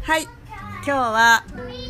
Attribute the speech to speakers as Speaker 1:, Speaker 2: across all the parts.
Speaker 1: はい、今日は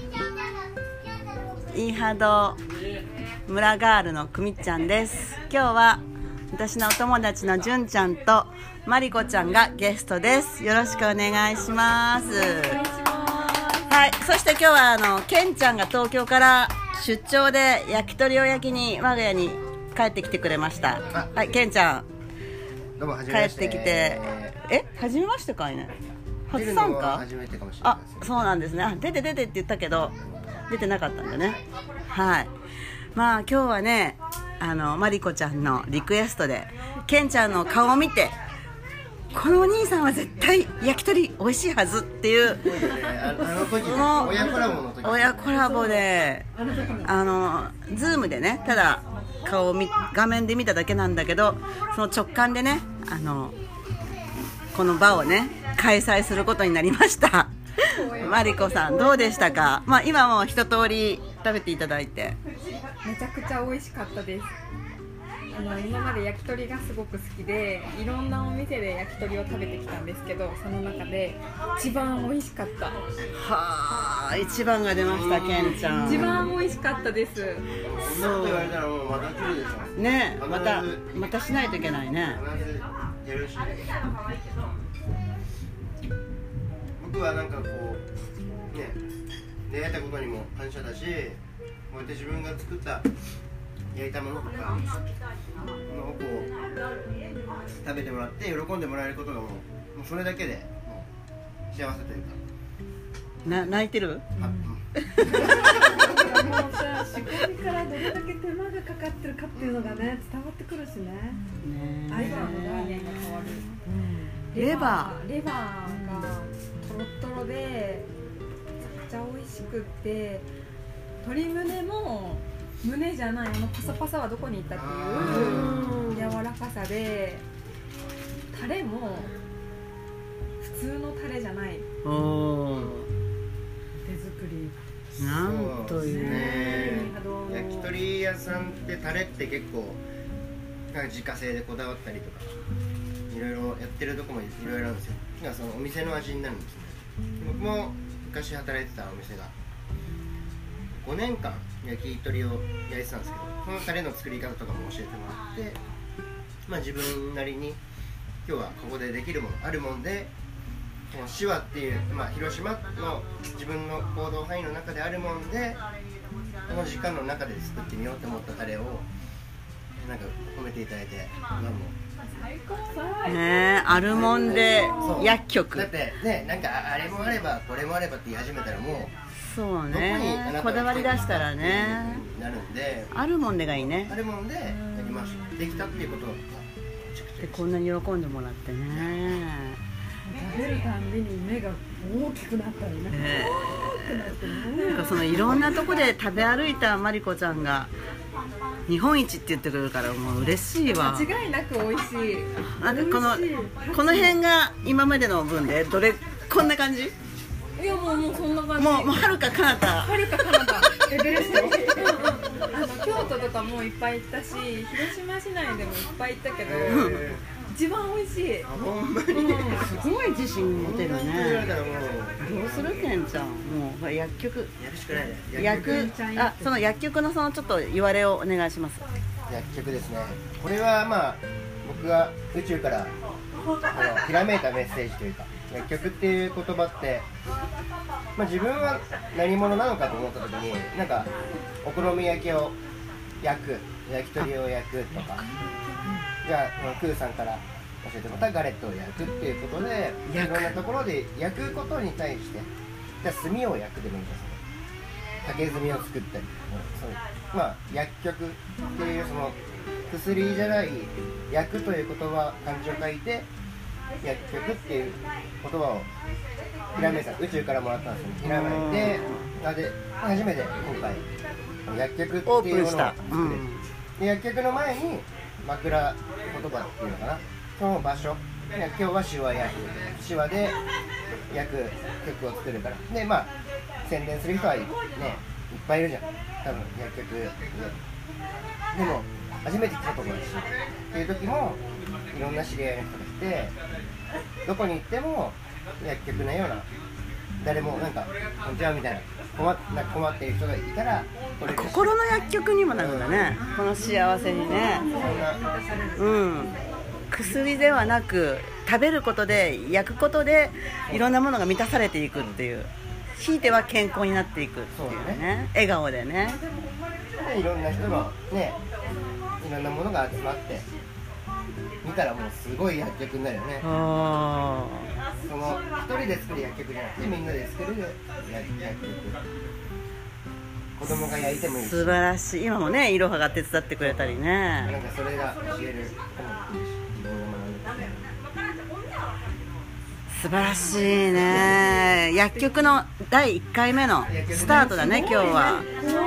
Speaker 1: イーハド村ガールのくみっちゃんです。今日は私のお友達のじゅんちゃんとまりこちゃんがゲストです。よろしくお願いします。はい、そして今日はけんちゃんが東京から出張で焼き鳥を焼きに我が家に帰ってきてくれました。はい、けんちゃん
Speaker 2: どうも
Speaker 1: 帰ってきて、初めましてかいね。初参加？
Speaker 2: 初めてかもしれないですね。
Speaker 1: そうなんですね。出てって言ったけど出てなかったんだね。はい。まあ今日はね、まりこちゃんのリクエストでけんちゃんの顔を見て、このお兄さんは絶対焼き鳥美味しいはずっていう、親コラボでズームでね、ただ顔を画面で見ただけなんだけど、その直感でね、この場をね開催することになりましたまりこさんどうでしたか？まあ今も一通り食べていただいて。
Speaker 3: めちゃくちゃ美味しかったです。今まで焼き鳥がすごく好きで、いろんなお店で焼き鳥を食べてきたんですけど、その中で一番美味しかった。
Speaker 1: はあ、一番が出ました。けんちゃん
Speaker 3: 一番美味しかったです。
Speaker 2: そう言われたらもうまた来るでしょ
Speaker 1: ね。またしないといけないね。
Speaker 2: 僕はなんかこうね、出会えたことにも感謝だし、こうやって自分が作った焼いたものとかをこう食べてもらって喜んでもらえることがもうそれだけでもう幸せというか。
Speaker 1: 泣いてる？
Speaker 3: もうさ、仕込みからどれだけ手間がかかってるかっていうのがね、伝わってくるしね。愛がも概念が変わる。
Speaker 1: レバ
Speaker 3: ーがトロットロでめちゃくちゃ美味しくって、鶏胸も胸じゃないパサパサはどこに行ったっていう柔らかさで、タレも普通のタレじゃない、手作り。
Speaker 1: なんというね。
Speaker 2: 焼き鳥屋さんってタレって結構なんか自家製でこだわったりとかいろいろやってるとこもいろいろあるんですよ。そのお店の味になるんですね。僕も昔働いてたお店が5年間焼き鳥を焼いてたんですけど、そのタレの作り方とかも教えてもらって、自分なりに今日はここでできるものあるもんで、この手話っていう、広島の自分の行動範囲の中であるもんで、この時間の中で作ってみようと思ったタレをなんか褒めていただいて、
Speaker 1: ね、あるもんで薬局
Speaker 2: だってね、なんかあれもあればこれもあればって言い始めたらもう
Speaker 1: そうね、こだわり出したらね
Speaker 2: なるんで、
Speaker 1: あるもんでがいいね。
Speaker 2: あるもんでやりましょう。できたっていうことが
Speaker 1: でこんなに喜んでもらってね。
Speaker 3: 食べるたんびに目が大きくなったりね。
Speaker 1: なんかそのいろんなとこで食べ歩いたまりこちゃんが日本一って言ってくるからもう嬉しいわ。
Speaker 3: 間違いなく美味しい。
Speaker 1: この辺が今までの分でこんな感じ？
Speaker 3: いやもうそんな感じ。
Speaker 1: もうはるか彼方
Speaker 3: エベレスト京都とかもいっぱい行ったし、広島市内でもいっぱい行ったけど、一番美味しい。
Speaker 2: ほんまに、
Speaker 1: すごい自信持てるね。どうするけんちゃん、もう薬局
Speaker 2: やるしかないね。
Speaker 1: その薬局のそのちょっと言われをお願いします。
Speaker 2: 薬局ですね。これは僕が宇宙からひらめいたメッセージというか、薬局っていう言葉って、自分は何者なのかと思った時に、なんかお好み焼きを焼く、焼き鳥を焼くとか、じゃあクーさんから教えてもらったガレットを焼くっていうことで、いろんなところで焼くことに対して、じゃあ炭を焼くでもいいですね。竹炭を作ったり、薬局っていうその薬じゃない焼くという言葉、漢字を書いて薬局っていう言葉をひらめいた、宇宙からもらったんですよ。ひらめいて、初めて今回薬局っていうものを作れる。で薬局の前に枕言葉っていうのかな、その場所、今日は手話焼く、手話で焼く曲を作るから。で宣伝する人はいっぱいいるじゃん、多分薬局で。でも初めて来たところだしっていう時もいろんな知り合いの人が来て、どこに行っても薬局のような誰もなんかこんにちはみたいな困っている人がいたらこれ
Speaker 1: 心の薬局にもなるんだね、この幸せにね。薬ではなく食べることで焼くことでいろんなものが満たされていくっていう、ひいては健康になっていくっていうね、笑顔でね。
Speaker 2: いろんな人のね、いろんなものが集まって見たらもうすごい薬局になるよね。その一人で作る薬局じゃなくてみんなで作る薬局、子供が焼いてもいいし、
Speaker 1: 素晴らしい。今もねいろはが手伝ってくれたりね。
Speaker 2: なんかそれが教える子もいるし、自分が学んで
Speaker 1: 素晴らしいね。薬局の第1回目のスタートだね今日は。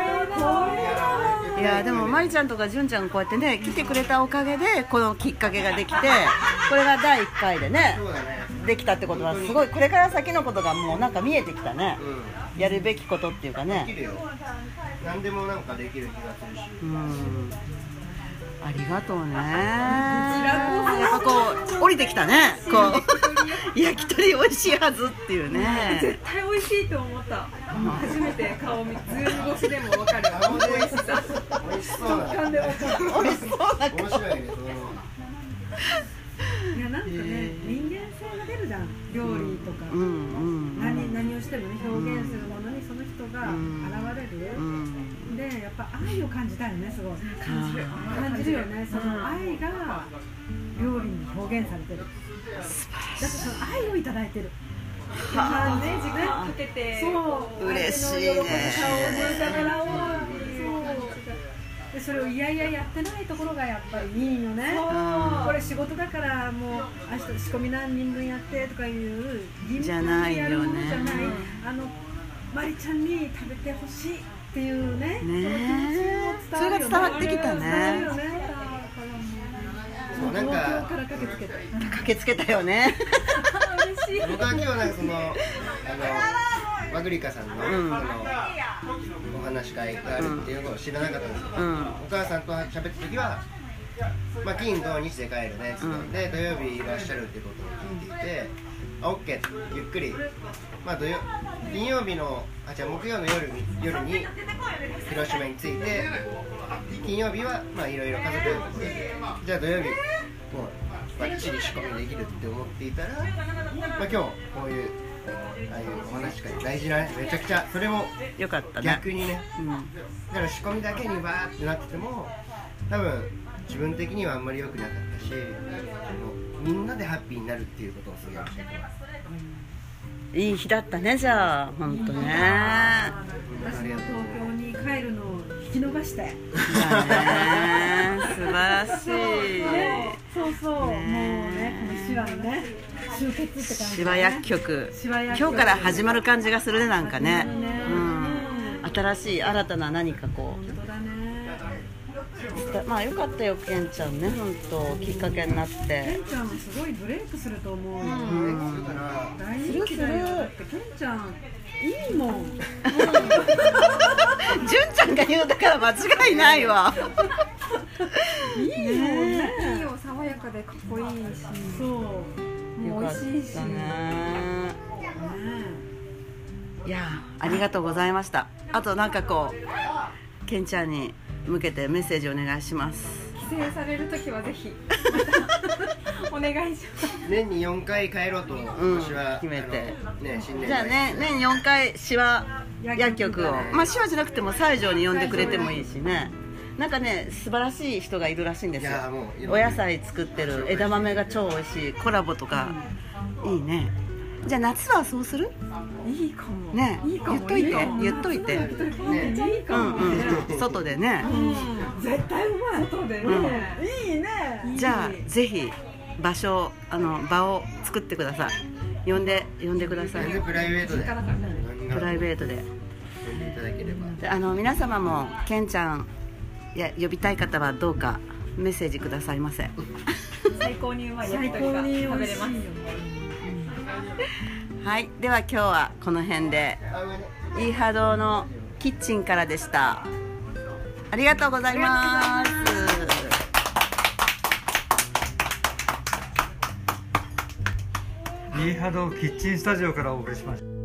Speaker 1: いやでもまりちゃんとかじゅんちゃんがこうやってね来てくれたおかげでこのきっかけができて、これが第1回でねできたってことはすごい、これから先のことがもうなんか見えてきたね、やるべきことっていうかね。
Speaker 2: できるよ、何でもなんかできる気がするし。
Speaker 1: ありがとうね。やっぱこう降りてきたね、こう焼き鳥美味しいはずっていうね。
Speaker 3: 絶対美味しいと思った。初めて顔見、ズーム越しでも分かる。美味しさ、
Speaker 2: 美味しそうな、
Speaker 3: 感で分かる。
Speaker 1: 美味しそうな顔。
Speaker 2: 面白いね。
Speaker 3: いやなんかね、人間性が出るじゃん、料理とか。何をしてもね、表現するものにその人が現れる。で、やっぱ愛を感じたよね、すごい。感じるよね、その愛が料理に表現されてる。だってその愛をいただいてる。時間かけて、
Speaker 1: 嬉しいね。
Speaker 3: 顔を向いてもらおうっていう。でそれをいやいややってないところがやっぱりいいよね。これ仕事だからもう明日仕込み何人分やってとかいう義務でやるものじゃない、まりちゃんに食べてほしいっていうね、
Speaker 1: それが伝わってきたね。
Speaker 2: そうなんか
Speaker 3: から駆
Speaker 1: けつけたよね。
Speaker 3: 嬉しい。
Speaker 2: 僕は今日なんかそのマグリカさんの、お話し会があるっていうのを知らなかったんですけど、お母さんと喋った時は、金土日で帰るねって言って、土曜日いらっしゃるっていうことを聞いていて、オッケーゆっくり、金曜日の木曜の夜に広島に着いて、金曜日はいろいろ家族のところで、じゃあ土曜日もうバッチリ仕込みできるって思っていたら、今日こういうああいうお話し会大事なね、めちゃくちゃそれも
Speaker 1: よかったね。
Speaker 2: 逆にね、だから仕込みだけにバーってなってても多分自分的にはあんまり良くなかったし、みんなでハッピーになるっていうことをすごい教えてます。
Speaker 1: いい日だったね、じゃあ本当ね。
Speaker 3: 私も東京に帰るのを引き延ばして。
Speaker 1: だね、素晴らしい。
Speaker 3: そう、もうね、このシワのね、集結って感じ。
Speaker 1: シワ薬局。今日から始まる感じがするね、なんかね。新しい新たな何かこう。よかったよ、ケンちゃんね、本当きっかけになって。
Speaker 3: ケンちゃんはすごいブレイクすると思うよ。大人気だよ。だってケンちゃんいいもん。
Speaker 1: じゅんちゃんが言うだから間違いないわ。
Speaker 3: いいもんね。いいよ、爽やかでかっこいいし、そう、もう美味しいしね。
Speaker 1: いや、ありがとうございました。あとなんかこうケンちゃんに向けてメッセージお願いします。
Speaker 3: 帰省されるときはぜひお願いします。
Speaker 2: 年に4回帰ろうと私は決めて、
Speaker 1: じゃあね、年4回シワ薬局を、シワじゃなくても西条に呼んでくれてもいいしね。なんかね、素晴らしい人がいるらしいんですよ。お野菜作ってる、枝豆が超美味しい、コラボとか、いいね。じゃあ夏はそうする？
Speaker 3: いいかも
Speaker 1: ね、言っといて、外でね、
Speaker 3: 絶対うまい。外でね、いいね。
Speaker 1: じゃあぜひ場を作ってください。呼んでください。
Speaker 2: プライベートで
Speaker 1: プライベートで
Speaker 2: 呼んでいただければ。
Speaker 1: 皆様もケンちゃん呼びたい方はどうかメッセージくださいませ。
Speaker 3: 最高にうまい焼き鳥が食べれます。
Speaker 1: はい、では今日はこの辺でイーハ堂のキッチンからでした。ありがとうございます。
Speaker 4: イーハ堂キッチンスタジオからお送りしました。